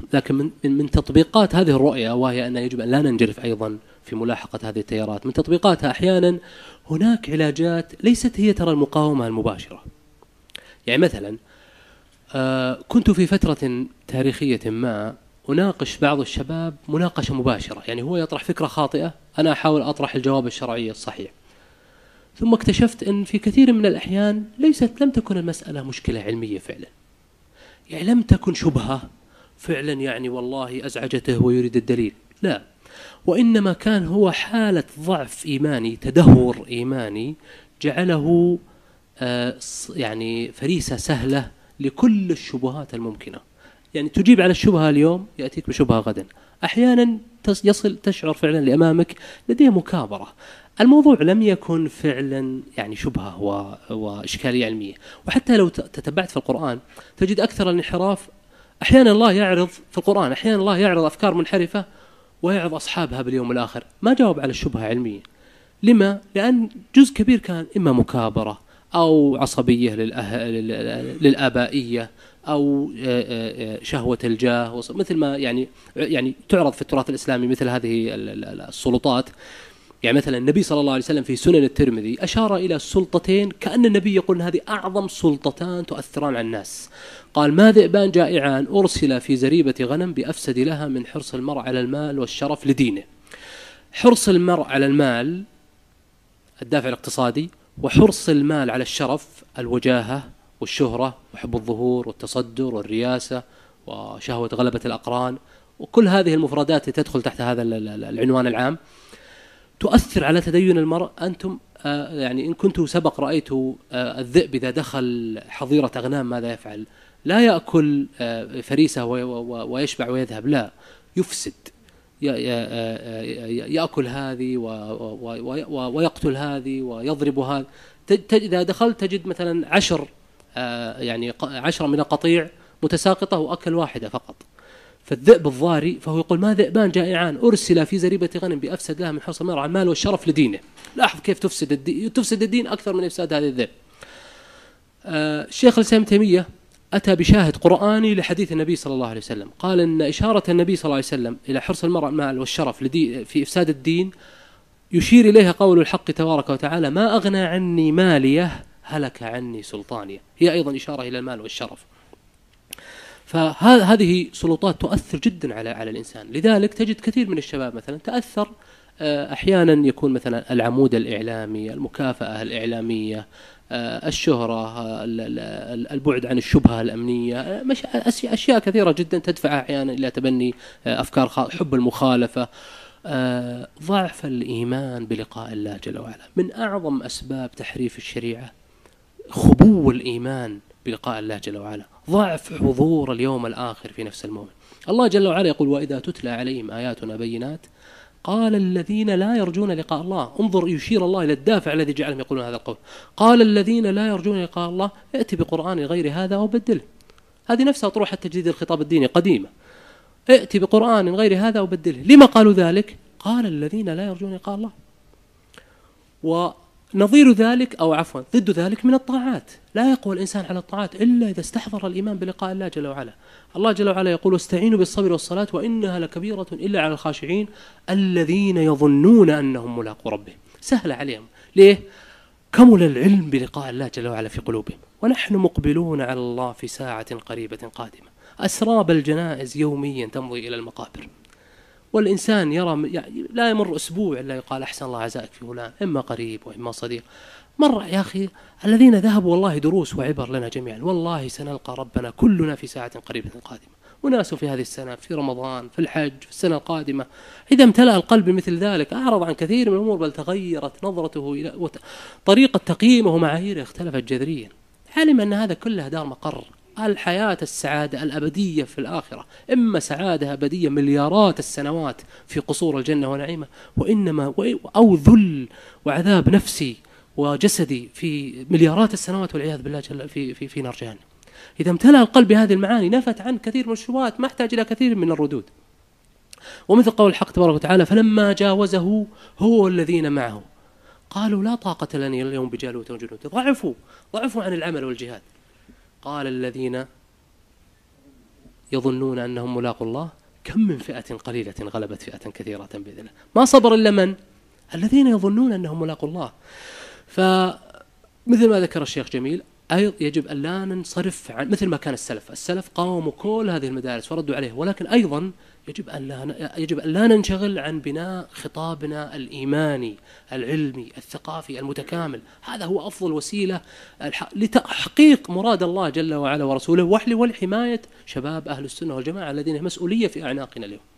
لكن من تطبيقات هذه الرؤية، وهي أن يجب أن لا ننجرف أيضا في ملاحقة هذه التيارات، من تطبيقاتها أحيانا هناك علاجات ليست هي ترى المقاومة المباشرة. يعني مثلا كنت في فترة تاريخية ما أناقش بعض الشباب مناقشة مباشرة، يعني هو يطرح فكرة خاطئة، أنا أحاول أطرح الجواب الشرعي الصحيح. ثم اكتشفت أن في كثير من الأحيان لم تكن المسألة مشكلة علمية فعلا، يعني لم تكن شبهة فعلا يعني والله أزعجته ويريد الدليل، لا، وإنما كان هو حالة ضعف إيماني، تدهور إيماني جعله يعني فريسة سهلة لكل الشبهات الممكنة. يعني تجيب على الشبهة اليوم يأتيك بشبهة غدا، أحيانا تشعر فعلا لأمامك لديه مكابرة. الموضوع لم يكن فعلا يعني شبهة وإشكالية علمية. وحتى لو تتبعت في القرآن تجد أكثر الانحراف أحيانا الله يعرض في القرآن، أحيانا الله يعرض أفكار منحرفة ويعرض أصحابها باليوم الآخر، ما جاوب على الشبهة علمية. لما؟ لأن جزء كبير كان إما مكابرة أو عصبية للآبائية أو شهوة الجاه، مثل ما يعني تعرض في التراث الإسلامي مثل هذه السلطات. يعني مثلا النبي صلى الله عليه وسلم في سنن الترمذي أشار إلى السلطتين كأن النبي يقول أن هذه أعظم سلطتان تؤثران على الناس. قال: ما ذئبان جائعان أرسل في زريبة غنم بأفسد لها من حرص المرء على المال والشرف لدينه. حرص المرء على المال الدافع الاقتصادي، وحرص المال على الشرف الوجاهة والشهرة وحب الظهور والتصدر والرياسة وشهوة غلبة الأقران، وكل هذه المفردات تدخل تحت هذا العنوان العام تؤثر على تدين المرء. أنتم يعني إن كنتوا سبق رأيتوا الذئب إذا دخل حظيرة أغنام ماذا يفعل؟ لا يأكل فريسة ويشبع ويذهب، لا، يفسد، يأكل هذه ويقتل هذه ويضرب هذا. إذا دخلت تجد مثلا 10 يعني 10 من القطيع متساقطة وأكل واحدة فقط. فالذئب الضاري فهو يقول: ما ذئبان جائعان أرسل في زريبة غنم بأفسد لها من حرص المرء على المال والشرف لدينه. لاحظ كيف تفسد الدين أكثر من إفساد هذا الذئب. الشيخ الإسلام ابن تيمية أتى بشاهد قرآني لحديث النبي صلى الله عليه وسلم، قال إن إشارة النبي صلى الله عليه وسلم إلى حرص المرء على المال والشرف في إفساد الدين يشير إليها قول الحق تبارك وتعالى: ما أغنى عني ماليه هلك عني سلطانيه. هي أيضا إشارة إلى المال والشرف. فهذه سلطات تؤثر جدا على الإنسان. لذلك تجد كثير من الشباب مثلا تأثر، أحيانا يكون مثلا العمود الإعلامي، المكافأة الإعلامية، الشهرة، البعد عن الشبهة الأمنية، أشياء كثيرة جدا تدفع أحيانا إلى تبني أفكار حب المخالفة. ضعف الإيمان بلقاء الله جل وعلا من أعظم أسباب تحريف الشريعة، خبو الإيمان بلقاء الله جل وعلا، ضعف حضور اليوم الآخر في نفس المؤمن. الله جل وعلا يقول: وإذا تتلى عليهم آياتنا بينات قال الذين لا يرجون لقاء الله. انظر، يشير الله إلى الدافع الذي جعلهم يقولون هذا القول. قال الذين لا يرجون لقاء الله ائت بقرآن غير هذا وبدله. هذه نفسها طروحة تجديد الخطاب الديني قديمة. ائت بقرآن غير هذا وبدله. لما قالوا ذلك؟ قال الذين لا يرجون لقاء الله. ونظير ذلك أو عفوا ضد ذلك من الطاعات، لا يقوى الإنسان على الطاعات إلا إذا استحضر الإيمان بلقاء الله جل وعلا. الله جل وعلا يقول: واستعينوا بالصبر والصلاة وإنها لكبيرة إلا على الخاشعين الذين يظنون أنهم ملاقو ربهم. سهل عليهم. ليه؟ كمل العلم بلقاء الله جل وعلا في قلوبهم. ونحن مقبلون على الله في ساعة قريبة قادمة. أسراب الجنائز يوميا تمضي إلى المقابر، والإنسان يرى يعني لا يمر أسبوع إلا يقال: أحسن الله عزائك في فلان، إما قريب وإما صديق. مرة يا أخي الذين ذهبوا والله دروس وعبر لنا جميعا. والله سنلقى ربنا كلنا في ساعة قريبة قادمة. وناس في هذه السنة، في رمضان، في الحج، في السنة القادمة، إذا امتلأ القلب مثل ذلك أعرض عن كثير من الأمور، بل تغيرت نظرته إلى طريقة تقييمه ومعاييره اختلفت جذريا. علم أن هذا كله دار مقر. الحياة السعادة الأبدية في الآخرة إما سعادة أبدية مليارات السنوات في قصور الجنة ونعيمة، وإنما أو ذل وعذاب نفسي وجسدي في مليارات السنوات والعياذ بالله في نار جهنم. إذا امتلأ القلب بهذه المعاني نفت عن كثير من الشبهات، ما احتاج إلى كثير من الردود. ومثل قول الحق تبارك وتعالى: فلما جاوزه هو الذين معه قالوا لا طاقة لنا اليوم بجالوت وجنود. ضعفوا عن العمل والجهاد. قال الذين يظنون أنهم ملاقوا الله كم من فئة قليلة غلبت فئة كثيرة بإذن الله. ما صبر إلا من؟ الذين يظنون أنهم ملاقوا الله. فمثل ما ذكر الشيخ جميل، أيضا يجب أن لا ننصرف عن مثل ما كان السلف قاوموا كل هذه المدارس وردوا عليه، ولكن أيضا يجب أن لا ننشغل عن بناء خطابنا الإيماني العلمي الثقافي المتكامل. هذا هو أفضل وسيلة لتحقيق مراد الله جل وعلا ورسوله ولحماية شباب أهل السنة والجماعة الذين مسؤولية في أعناقنا اليوم.